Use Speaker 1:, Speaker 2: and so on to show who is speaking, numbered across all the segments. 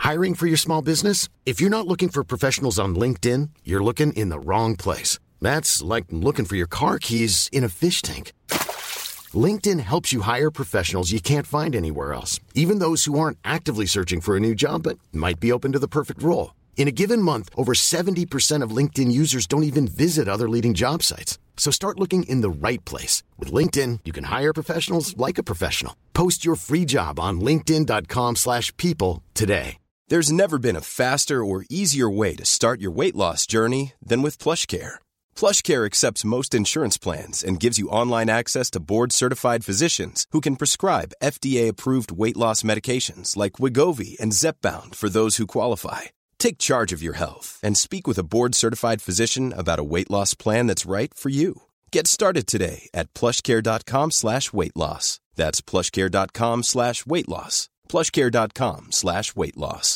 Speaker 1: Hiring for your small business? If you're not looking for professionals on LinkedIn, you're looking in the wrong place. That's like looking for your car keys in a fish tank. LinkedIn helps you hire professionals you can't find anywhere else, even those who aren't actively searching for a new job but might be open to the perfect role. In a given month, over 70% of LinkedIn users don't even visit other leading job sites. So start looking in the right place. With LinkedIn, you can hire professionals like a professional. Post your free job on linkedin.com/people today.
Speaker 2: There's never been a faster or easier way to start your weight loss journey than with PlushCare. PlushCare accepts most insurance plans and gives you online access to board-certified physicians who can prescribe FDA-approved weight loss medications like Wegovy and Zepbound for those who qualify. Take charge of your health and speak with a board-certified physician about a weight loss plan that's right for you. Get started today at plushcare.com/weightloss. That's plushcare.com/weightloss. plushcare.com/weightloss.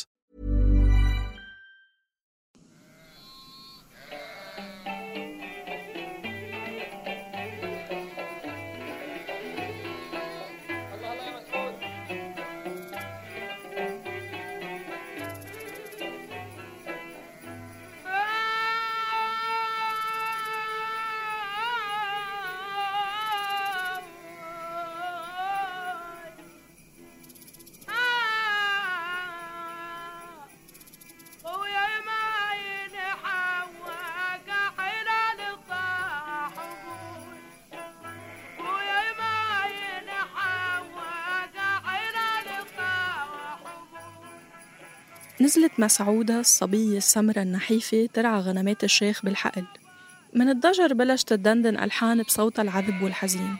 Speaker 3: نزلت مسعودة الصبية السمرة النحيفة ترعى غنمات الشيخ بالحقل. من الضجر بلشت تدندن ألحان بصوتها العذب والحزين.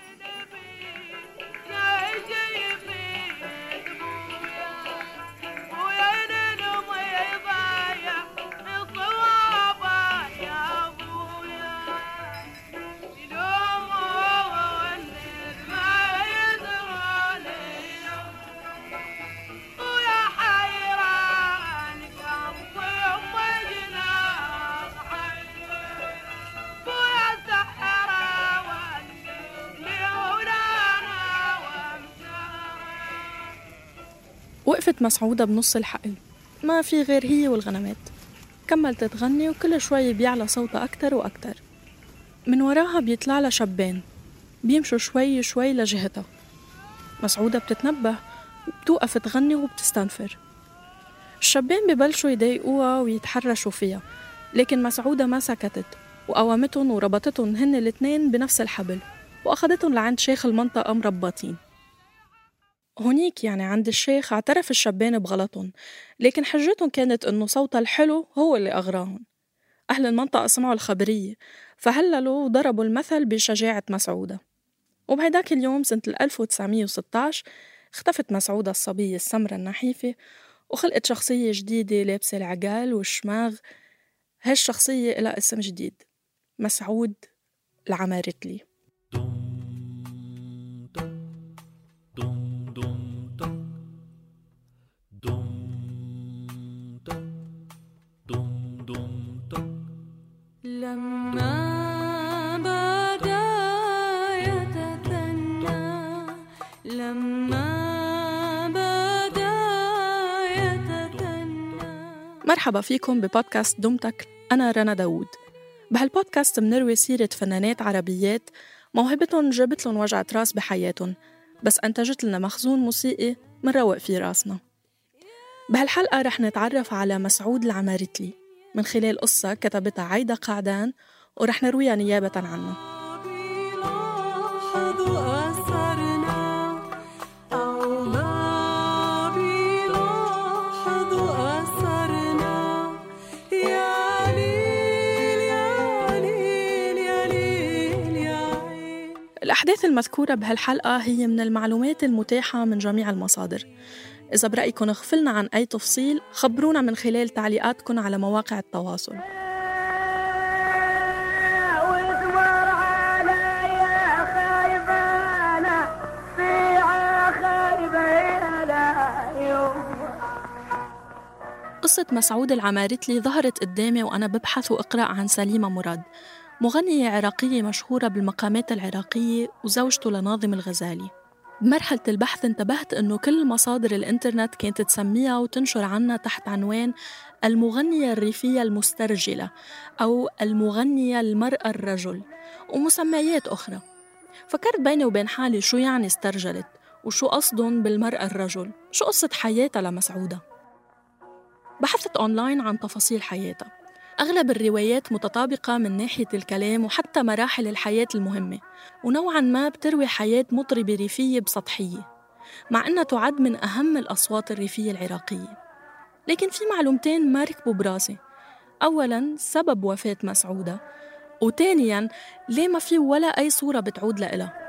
Speaker 3: وقفت مسعودة بنص الحقل، ما في غير هي والغنمات. كملت تغني وكل شوي بيعلى صوتها أكتر وأكتر. من وراها بيطلع لها شابين بيمشوا شوي شوي لجهتها. مسعودة بتتنبه وبتوقف تغني وبتستنفر. الشابين ببلشوا يضايقوها ويتحرشوا فيها، لكن مسعودة ما سكتت وقومتهم وربطتهم هن الاثنين بنفس الحبل وأخذتهم لعند شيخ المنطقة مربطين. هونيك يعني عند الشيخ اعترف الشابين بغلطهم، لكن حجتهم كانت إنه صوتها الحلو هو اللي أغراهم. أهل المنطقة سمعوا الخبرية فهللوا وضربوا المثل بشجاعة مسعودة. وبهداك اليوم سنة 1916 اختفت مسعودة الصبية السمرة النحيفة وخلقت شخصية جديدة لابسة العقال والشماغ. هالشخصية إلها اسم جديد، مسعود العمارتلي. مرحبا فيكم ببودكاست دمتك. أنا رنا داود. بهالبودكاست منروي سيرة فنانات عربيات موهبتهم جابت لهم وجعة راس بحياتهم، بس أنتجت لنا مخزون موسيقي منروق فيه راسنا. بهالحلقة رح نتعرف على مسعود العمارتلي من خلال قصة كتبتها عايدة قعدان ورح نرويها نيابة عنه. الأحداث المذكورة بهالحلقة هي من المعلومات المتاحة من جميع المصادر. إذا برأيكم غفلنا عن أي تفصيل خبرونا من خلال تعليقاتكم على مواقع التواصل. قصة مسعود العمارتلي ظهرت قدامي وأنا ببحث وأقرأ عن سليمة مراد، مغنية عراقية مشهورة بالمقامات العراقية وزوجته لناظم الغزالي. بمرحلة البحث انتبهت إنه كل مصادر الإنترنت كانت تسميها وتنشر عنها تحت عنوان المغنية الريفية المسترجلة أو المغنية المرأة الرجل ومسميات أخرى. فكرت بيني وبين حالي شو يعني استرجلت وشو قصدن بالمرأة الرجل، شو قصة حياتها لمسعودة. بحثت أونلاين عن تفاصيل حياتها. أغلب الروايات متطابقة من ناحية الكلام وحتى مراحل الحياة المهمة، ونوعاً ما بتروي حياة مطربة ريفية بسطحية، مع أنها تعد من أهم الأصوات الريفية العراقية. لكن في معلومتين ما ركبوا براسي. أولاً سبب وفاة مسعودة، وثانياً ليه ما في ولا أي صورة بتعود لإلها.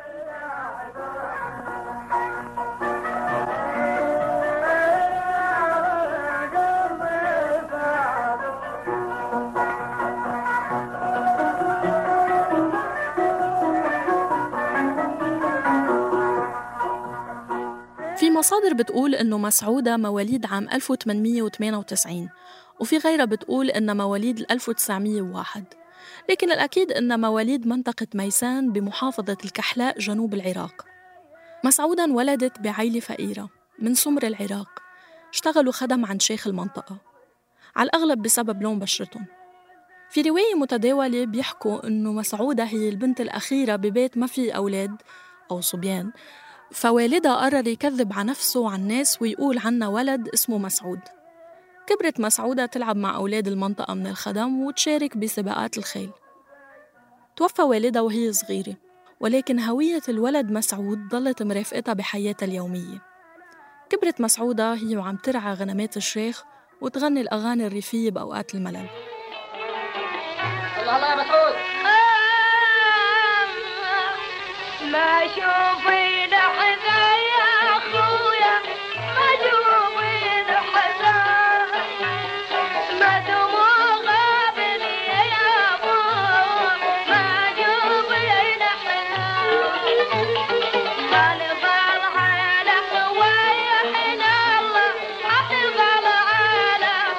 Speaker 3: في مصادر بتقول إنه مسعودة مواليد عام 1898، وفي غيرها بتقول إنها مواليد 1901، لكن الأكيد إنها مواليد منطقة ميسان بمحافظة الكحلاء جنوب العراق. مسعودة انولدت بعائلة فقيرة من سمر العراق، اشتغلوا خدم عند شيخ المنطقة، على الأغلب بسبب لون بشرتهم. في رواية متداولة بيحكوا إنه مسعودة هي البنت الأخيرة ببيت ما في أولاد أو صبيان، فوالدها قرر يكذب عن نفسه وعن الناس ويقول عنها ولد اسمه مسعود. كبرت مسعودة تلعب مع أولاد المنطقة من الخدم وتشارك بسباقات الخيل. توفى والدها وهي صغيرة، ولكن هوية الولد مسعود ضلت مرافقتها بحياتها اليومية. كبرت مسعودة هي وعم ترعى غنمات الشيخ وتغني الأغاني الريفية بأوقات الملل.
Speaker 4: الله الله يا مسعود، ما شوفي لحظة يا أخويا، ما شوفي لحظة، ما دموع غابني يا أبو، ما شوفي لحظة، خالف العالم ويحن الله، خالف العالم،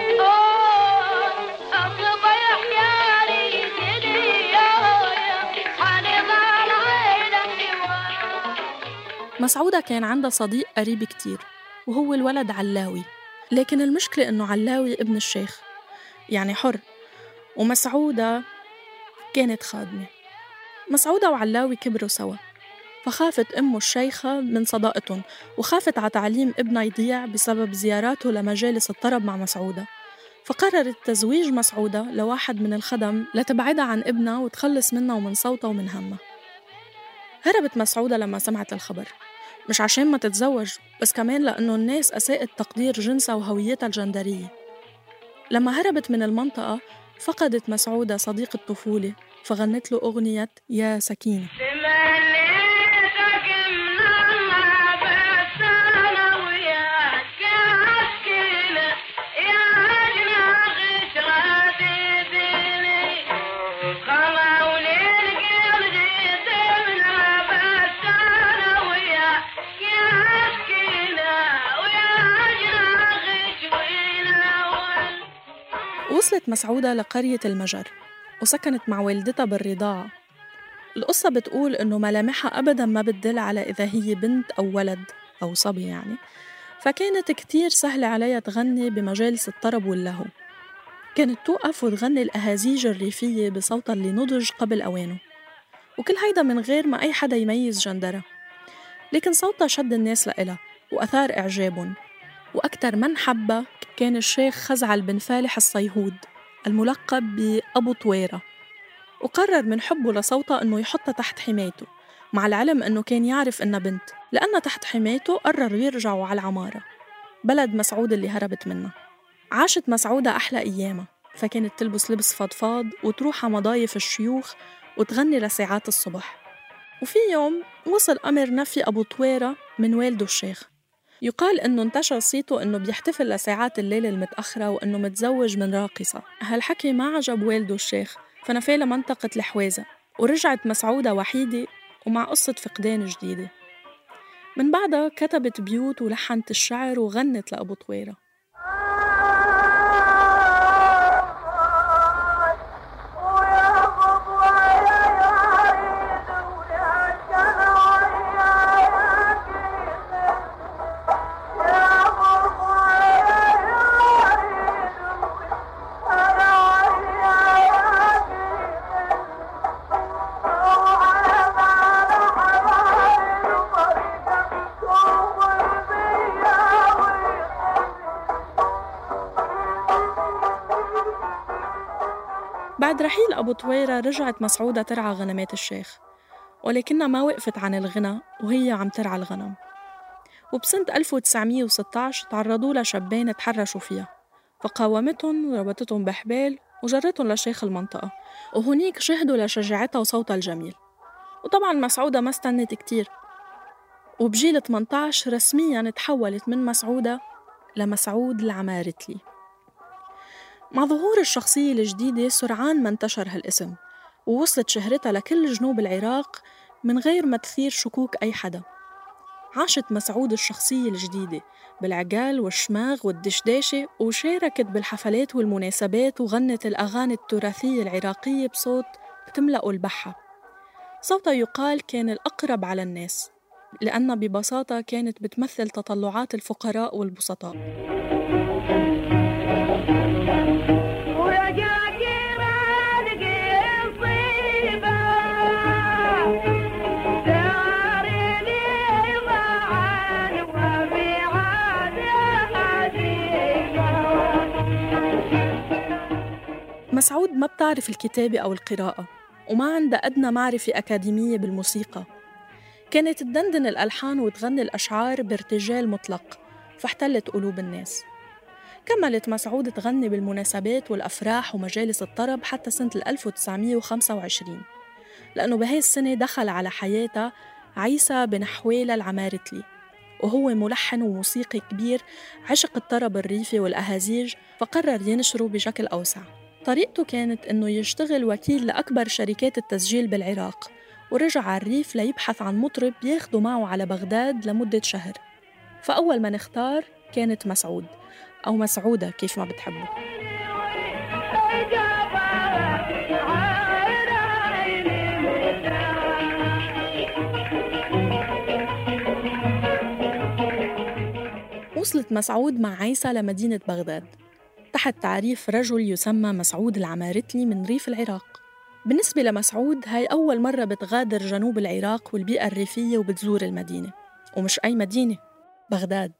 Speaker 4: أصبح يا ريتني خالف العالم.
Speaker 3: مسعودة كان عندها صديق قريب كتير وهو الولد علاوي، لكن المشكلة إنه علاوي ابن الشيخ يعني حر، ومسعودة كانت خادمة. مسعودة وعلاوي كبروا سوا، فخافت أمه الشيخة من صداقتهم وخافت على تعليم ابنها يضيع بسبب زياراته لمجالس الطرب مع مسعودة، فقررت تزويج مسعودة لواحد من الخدم لتبعدها عن ابنها وتخلص منها ومن صوتها ومن همها. هربت مسعودة لما سمعت الخبر، مش عشان ما تتزوج بس كمان لأنه الناس أساءت تقدير جنسها وهويتها الجندرية. لما هربت من المنطقة فقدت مسعودة صديق الطفولة، فغنت له أغنية يا سكينة. وصلت مسعودة لقرية المجر وسكنت مع والدتها بالرضاعة. القصة بتقول إنه ملامحها أبداً ما بتدل على إذا هي بنت أو ولد أو صبي يعني، فكانت كتير سهلة عليها تغني بمجالس الطرب واللهو. كانت توقف وتغني الأهازيج الريفية بصوتها اللي نضج قبل أوانه، وكل هيدا من غير ما أي حدا يميز جندرها. لكن صوتها شد الناس لإلها وأثار إعجابهم، وأكتر من حبها كان الشيخ خزعل بن فالح الصيهود الملقب بأبو طويرة، وقرر من حبه لصوتها أنه يحطها تحت حمايته، مع العلم أنه كان يعرف أنها بنت. لأنها تحت حمايته قرروا يرجعوا على العمارة، بلد مسعود اللي هربت منه. عاشت مسعودة أحلى أيامها، فكانت تلبس لبس فضفاض وتروح على مضايف الشيوخ وتغني لساعات الصبح. وفي يوم وصل أمر نفي أبو طويرة من والده الشيخ. يقال إنه انتشر صيته إنه بيحتفل لساعات الليل المتأخرة وإنه متزوج من راقصة. هالحكي ما عجب والده الشيخ، فنفاه لمنطقة الحوازة، ورجعت مسعودة وحيدة ومع قصة فقدان جديدة. من بعدها كتبت بيوت ولحنت الشعر وغنت لأبو طويرة. بعد رحيل أبو طويرة رجعت مسعودة ترعى غنمات الشيخ، ولكنها ما وقفت عن الغنى وهي عم ترعى الغنم. وبسنة 1916 تعرضوا لها شابين تحرشوا فيها، فقاومتهم وربطتهم بحبال وجرتهم لشيخ المنطقة، وهنيك شهدوا لشجاعتها وصوتها الجميل. وطبعاً مسعودة ما استنت كتير، وبجيل 18 رسمياً تحولت من مسعودة لمسعود العمارتلي. مع ظهور الشخصية الجديدة سرعان ما انتشر هالاسم، ووصلت شهرتها لكل جنوب العراق من غير ما تثير شكوك أي حدا. عاشت مسعود الشخصية الجديدة بالعقال والشماغ والدشداشة، وشاركت بالحفلات والمناسبات وغنت الأغاني التراثية العراقية بصوت بتملأ البحة. صوتها يقال كان الأقرب على الناس، لأنها ببساطة كانت بتمثل تطلعات الفقراء والبسطاء. مسعود ما بتعرف الكتابة أو القراءة، وما عندها أدنى معرفة أكاديمية بالموسيقى. كانت تدندن الألحان وتغني الأشعار بارتجال مطلق، فاحتلت قلوب الناس. كملت مسعود تغني بالمناسبات والأفراح ومجالس الطرب حتى سنة 1925، لأنه بهاي السنة دخل على حياتها عيسى بن حويلة العمارتلي، وهو ملحن وموسيقي كبير عشق الطرب الريفي والأهازيج، فقرر ينشره بشكل أوسع. طريقته كانت إنه يشتغل وكيل لأكبر شركات التسجيل بالعراق، ورجع على الريف ليبحث عن مطرب ياخده معه على بغداد لمدة شهر. فأول ما نختار كانت مسعود، أو مسعودة كيف ما بتحبه. وصلت مسعود مع عيسى لمدينة بغداد تحت تعريف رجل يسمى مسعود العمارتلي من ريف العراق. بالنسبة لمسعود هاي أول مرة بتغادر جنوب العراق والبيئة الريفية وبتزور المدينة، ومش أي مدينة، بغداد.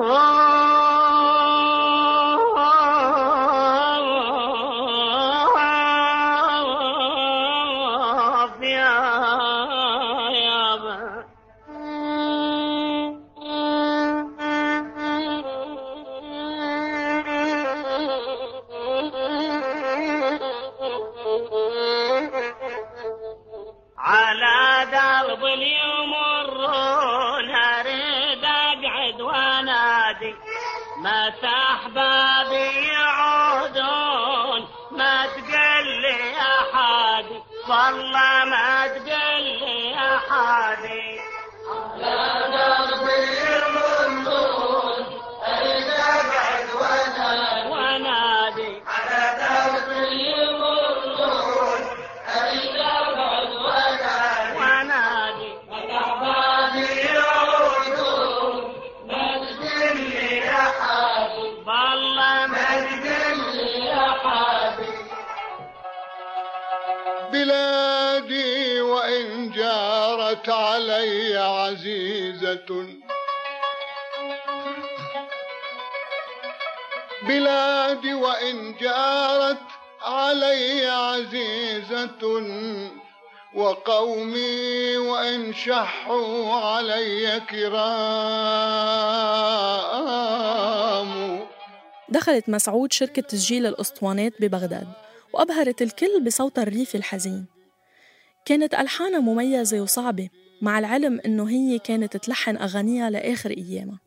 Speaker 4: متى أحبابي يعودون ما تقل لي أحد، والله ما تقل لي أحد. على دربي يمرون أريد أقعد ونادي، على دربي يمرون أريد أقعد ونادي. متى أحبابي يعودون ما تقل لي أحد، والله ما تقل لي أحد.
Speaker 5: بلادي وإن جارت علي عزيزة، بلادي وإن جارت علي عزيزة، وقومي وإن شحوا علي كرام.
Speaker 3: دخلت مسعود شركة تسجيل الأسطوانات ببغداد، وأبهرت الكل بصوتها الريفي الحزين. كانت ألحانها مميزة وصعبة، مع العلم إنه هي كانت تلحن أغانيها لآخر أيامها.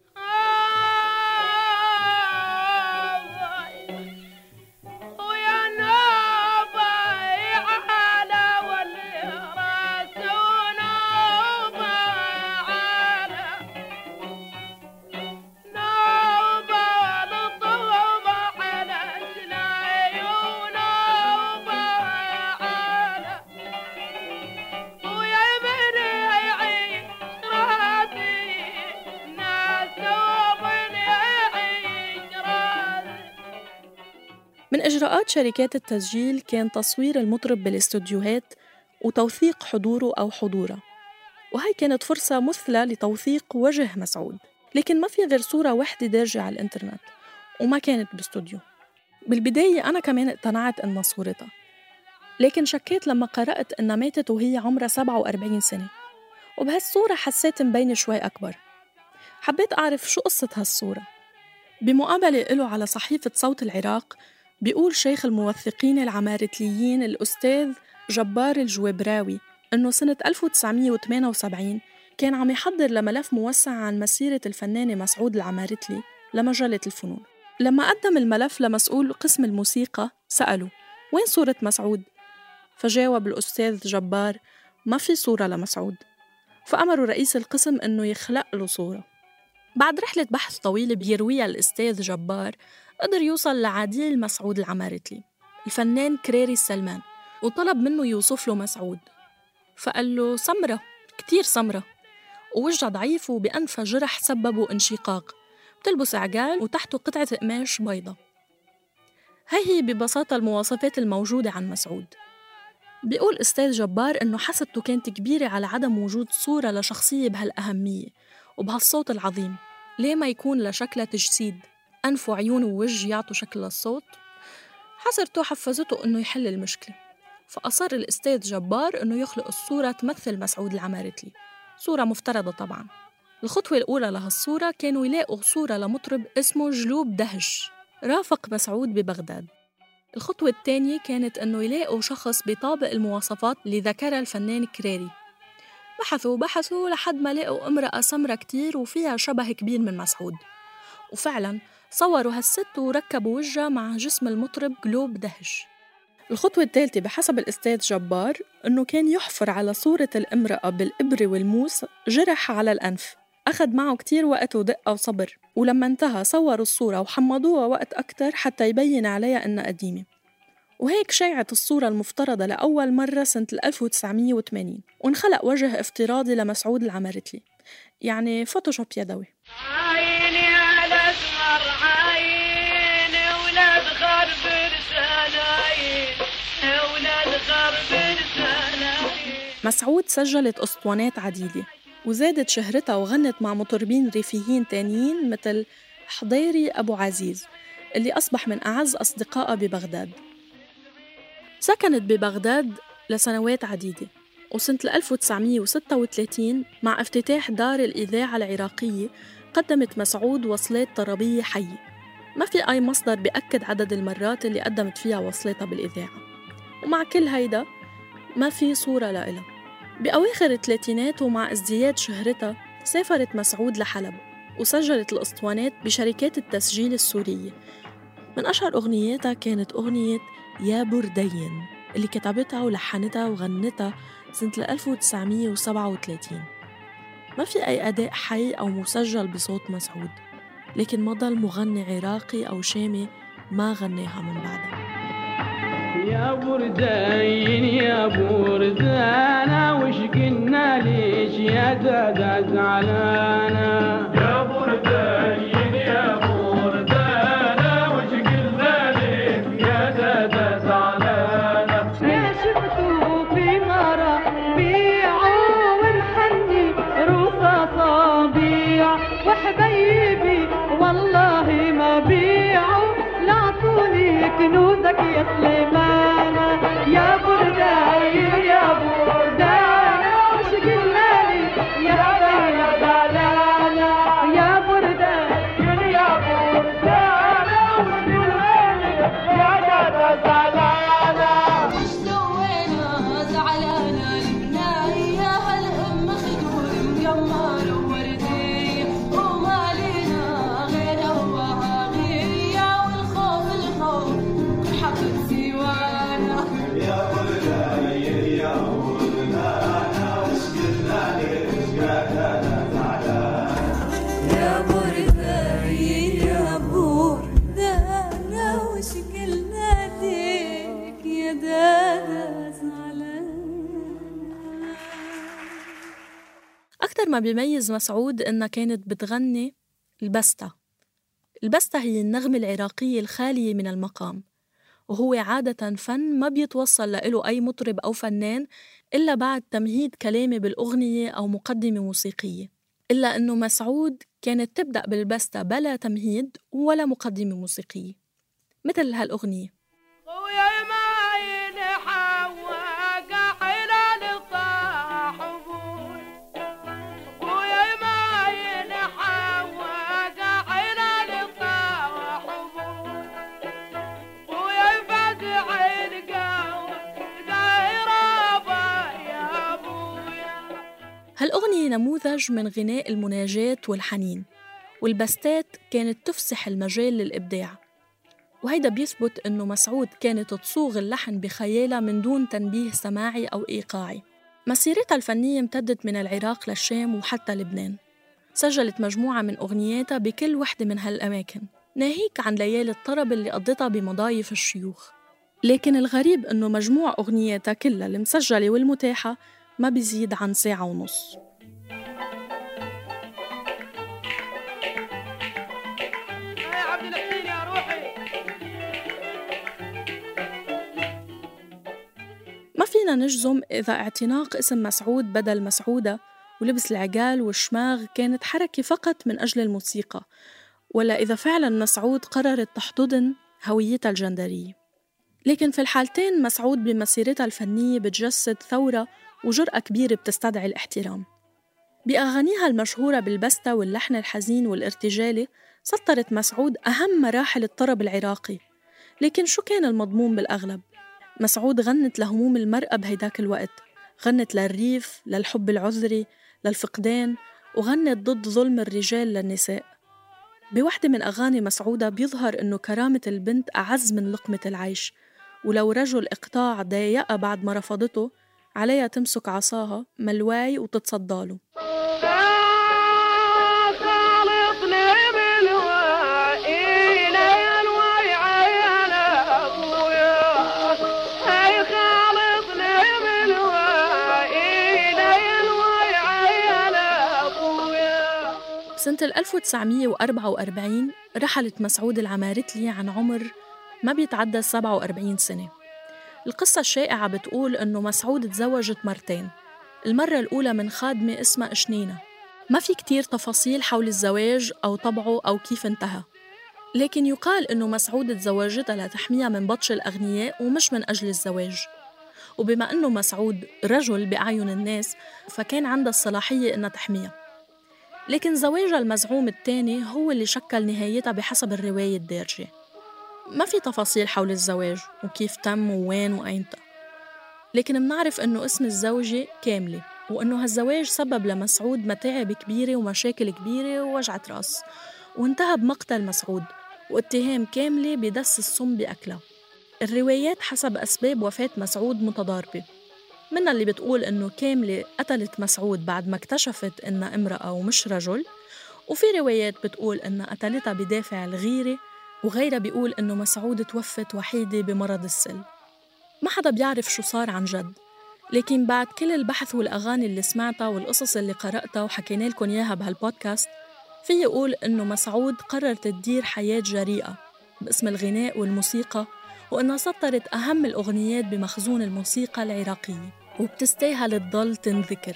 Speaker 3: من إجراءات شركات التسجيل كان تصوير المطرب بالاستوديوهات وتوثيق حضوره أو حضورها، وهي كانت فرصة مثلى لتوثيق وجه مسعود. لكن ما في غير صورة واحدة دارجة على الإنترنت، وما كانت باستوديو. بالبداية أنا كمان اقتنعت إنها صورتها، لكن شكيت لما قرأت إنها ماتت وهي عمرها 47 سنة، وبهالصورة حسيت مبينة شوي أكبر. حبيت أعرف شو قصة هالصورة. بمقابلة له على صحيفة صوت العراق بيقول شيخ الموثقين العمارتليين الأستاذ جبار الجويبراوي إنه سنة 1978 كان عم يحضر لملف موسع عن مسيرة الفنان مسعود العمارتلي لمجلة الفنون. لما قدم الملف لمسؤول قسم الموسيقى سأله وين صورة مسعود؟ فجاوب الأستاذ جبار ما في صورة لمسعود، فأمروا رئيس القسم إنه يخلق له صورة. بعد رحلة بحث طويلة بيرويها الأستاذ جبار قدر يوصل لعديل مسعود العمارتلي الفنان كريري السلمان، وطلب منه يوصف له مسعود. فقال له سمرة، كتير سمرة، ووجهها ضعيف وبأنفها جرح سببوا انشقاق، بتلبس عقال وتحته قطعة قماش بيضة. هي ببساطة المواصفات الموجودة عن مسعود. بيقول أستاذ جبار إنه حسبته كانت كبيرة على عدم وجود صورة لشخصية بهالأهمية وبهالصوت العظيم. ليه ما يكون لشكلها تجسيد، أنف وعيون ووجه يعطوا شكل للصوت؟ حسرته حفزته إنه يحل المشكلة، فأصر الأستاذ جبار إنه يخلق الصورة تمثل مسعود العمارتلي، صورة مفترضة طبعاً. الخطوة الأولى لهالصورة كانوا يلاقوا صورة لمطرب اسمه جلوب دهش رافق مسعود ببغداد. الخطوة الثانية كانت إنه يلاقوا شخص بيطابق المواصفات اللي ذكرها الفنان كريري. بحثوا لحد ما لقوا امرأة سمرة كتير وفيها شبه كبير من مسعود، وفعلاً صوروا هالست وركبوا وجهها مع جسم المطرب جلوب دهش. الخطوة الثالثة بحسب الأستاذ جبار إنه كان يحفر على صورة الامرأة بالإبرة والموس جرح على الأنف، أخذ معه كتير وقت ودقة وصبر، ولما انتهى صوروا الصورة وحمضوها وقت أكتر حتى يبين عليها إنها قديمة. وهيك شيعت الصورة المفترضة لأول مرة سنة 1980، وانخلق وجه افتراضي لمسعود العمارتلي، يعني فوتوشوب يدوي.
Speaker 4: عيني على اسمر عيني ولاد غرب رسالاين، ولاد غرب رسالاين.
Speaker 3: مسعود سجلت أسطوانات عديدة وزادت شهرتها وغنت مع مطربين ريفيين تانيين مثل حضيري أبو عزيز اللي أصبح من أعز أصدقائها ببغداد. سكنت ببغداد لسنوات عديدة، وسنة 1936 مع افتتاح دار الإذاعة العراقية قدمت مسعود وصلات طربية حية. ما في أي مصدر بيأكد عدد المرات اللي قدمت فيها وصلاتها بالإذاعة، ومع كل هيدا ما في صورة لإلها. بأواخر الثلاثينات ومع ازدياد شهرتها سافرت مسعود لحلب وسجلت الأسطوانات بشركات التسجيل السورية. من أشهر أغنياتها كانت أغنية يا بردين اللي كتبتها ولحنتها وغنتها سنة 1937. ما في أي أداء حي أو مسجل بصوت مسعود، لكن ما ضل مغني عراقي أو شامي ما غناها من بعدها.
Speaker 6: يا بردين يا بردانا وش قلنا ليش يا دادا زعلانا؟ يا بردين يا بردانا وش قلنا ليش يا دادا زعلانا؟ يا شفتوا في مرة بيعوا ونحني رصاصة بيع وحبايبي والله ما بيعوا لعطوني كنوزك يا سليمانة. يا برداين يا بردانا وش قلنا لي يا دادا زعلانة؟ يا برداين يا بردانا وش قلنا لي يا دادا زعلانة؟ وش سوينا زعلانة لبنا يا هالأم خدور مقمر ووردي وما لينا غير هواها غيرية والخوف الخوف حبت سوانا. يا برداين يا بردانا وش قلنا ليش يا دادا زعلانة؟ يا برداين يا بردانا وش قلنا ليك يا دادا زعلانة.
Speaker 3: أكثر ما بيميز مسعود إنها كانت بتغني البستة. البستة هي النغمة العراقية الخالية من المقام، وهو عادة فن ما بيتوصل له أي مطرب أو فنان إلا بعد تمهيد كلامي بالأغنية أو مقدمة موسيقية. إلا أنه مسعود كانت تبدأ بالبستة بلا تمهيد ولا مقدمة موسيقية، مثل هالأغنية.
Speaker 4: ويا ما ينحاول
Speaker 3: هالأغنية نموذج من غناء المناجات والحنين، والبستات كانت تفسح المجال للإبداع، وهيدا بيثبت إنه مسعود كانت تصوغ اللحن بخيالها من دون تنبيه سماعي أو إيقاعي. مسيرتها الفنية امتدت من العراق للشام وحتى لبنان. سجلت مجموعة من أغنياتها بكل وحدة من هالأماكن، ناهيك عن ليالي الطرب اللي قضتها بمضايف الشيوخ. لكن الغريب إنه مجموع أغنياتها كلها المسجلة والمتاحة ما بيزيد عن 1.5 ساعة. ما فينا نجزم إذا اعتناق اسم مسعود بدل مسعودة ولبس العقال والشماغ كانت حركة فقط من أجل الموسيقى، ولا إذا فعلاً مسعود قررت تحتضن هويتها الجندرية. لكن في الحالتين مسعود بمسيرتها الفنية بتجسد ثورة وجرأة كبيرة بتستدعي الاحترام. بأغانيها المشهورة بالبستة واللحن الحزين والارتجالي سطرت مسعود أهم مراحل الطرب العراقي. لكن شو كان المضمون بالأغلب؟ مسعود غنت لهموم المرأة بهيداك الوقت، غنت للريف، للحب العذري، للفقدان، وغنت ضد ظلم الرجال للنساء. بوحدة من أغاني مسعودة بيظهر إنه كرامة البنت أعز من لقمة العيش، ولو رجل إقطاع ضايقها بعد ما رفضته عليها تمسك عصاها ملواي وتتصداله. سنة 1944 رحلت مسعود العمارتلي عن عمر ما بيتعدى 47 سنة. القصة الشائعة بتقول إنه مسعود تزوجت مرتين، المرة الأولى من خادمة اسمها شنينة. ما في كتير تفاصيل حول الزواج أو طبعه أو كيف انتهى، لكن يقال إنه مسعود تزوجتها لتحميها من بطش الأغنياء ومش من أجل الزواج. وبما إنه مسعود رجل بأعين الناس فكان عندها الصلاحية إنها تحميها. لكن زواجها المزعوم الثاني هو اللي شكل نهايتها بحسب الرواية الدارجة. ما في تفاصيل حول الزواج وكيف تم ووين وأينتا، لكن منعرف إنه اسم الزوجة كاملة، وإنه هالزواج سبب لمسعود متاعب كبيرة ومشاكل كبيرة ووجعة رأس، وانتهى بمقتل مسعود واتهام كاملة بدس السم بأكلها. الروايات حسب أسباب وفاة مسعود متضاربة، منها اللي بتقول إنه كاملة قتلت مسعود بعد ما اكتشفت إنها امرأة ومش رجل، وفي روايات بتقول إنها قتلتها بدافع الغيرة، وغيرها بيقول إنه مسعود توفت وحيدة بمرض السل. ما حدا بيعرف شو صار عن جد، لكن بعد كل البحث والأغاني اللي سمعتها والقصص اللي قرأتها وحكينا لكم إياها بهالبودكاست، في يقول إنه مسعود قررت تدير حياة جريئة باسم الغناء والموسيقى، وإنها سطرت أهم الأغنيات بمخزون الموسيقى العراقية وبتستاهل الضل تنذكر.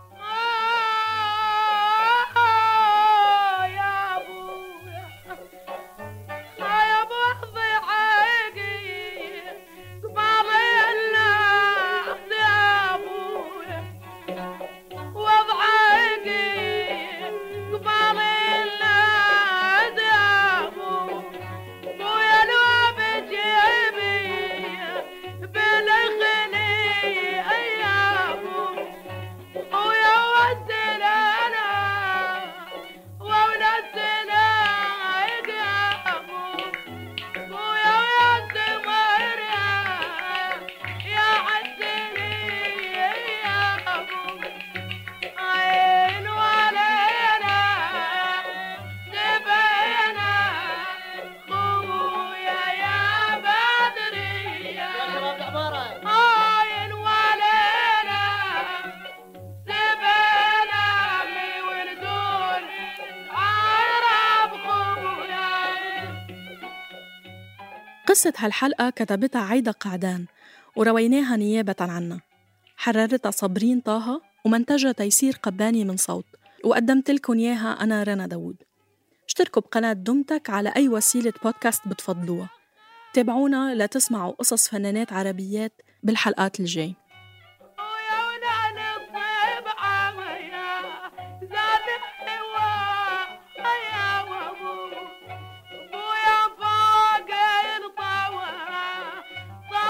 Speaker 3: قصة هالحلقة كتبتها عايدة قعدان ورويناها نيابة عنها، حررتها صابرين طه ومنتجها تيسير قباني من صوت، وقدمت لكم إياها أنا رنا داود. اشتركوا بقناة دمتك على أي وسيلة بودكاست بتفضلوها. تابعونا لتسمعوا قصص فنانات عربيات بالحلقات الجاي.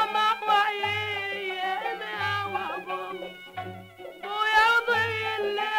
Speaker 4: لا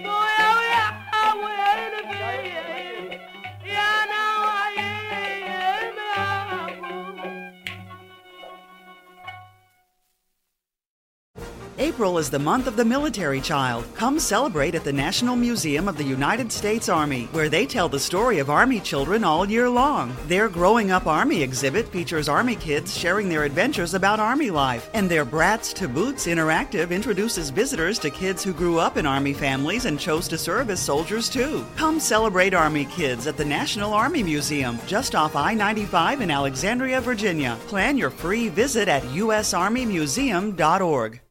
Speaker 7: April is the month of the military child. Come celebrate at the National Museum of the United States Army, where they tell the story of Army children all year long. Their Growing Up Army exhibit features Army kids sharing their adventures about Army life, and their Brats to Boots interactive introduces visitors to kids who grew up in Army families and chose to serve as soldiers too. Come celebrate Army kids at the National Army Museum, just off I-95 in Alexandria, Virginia. Plan your free visit at usarmymuseum.org.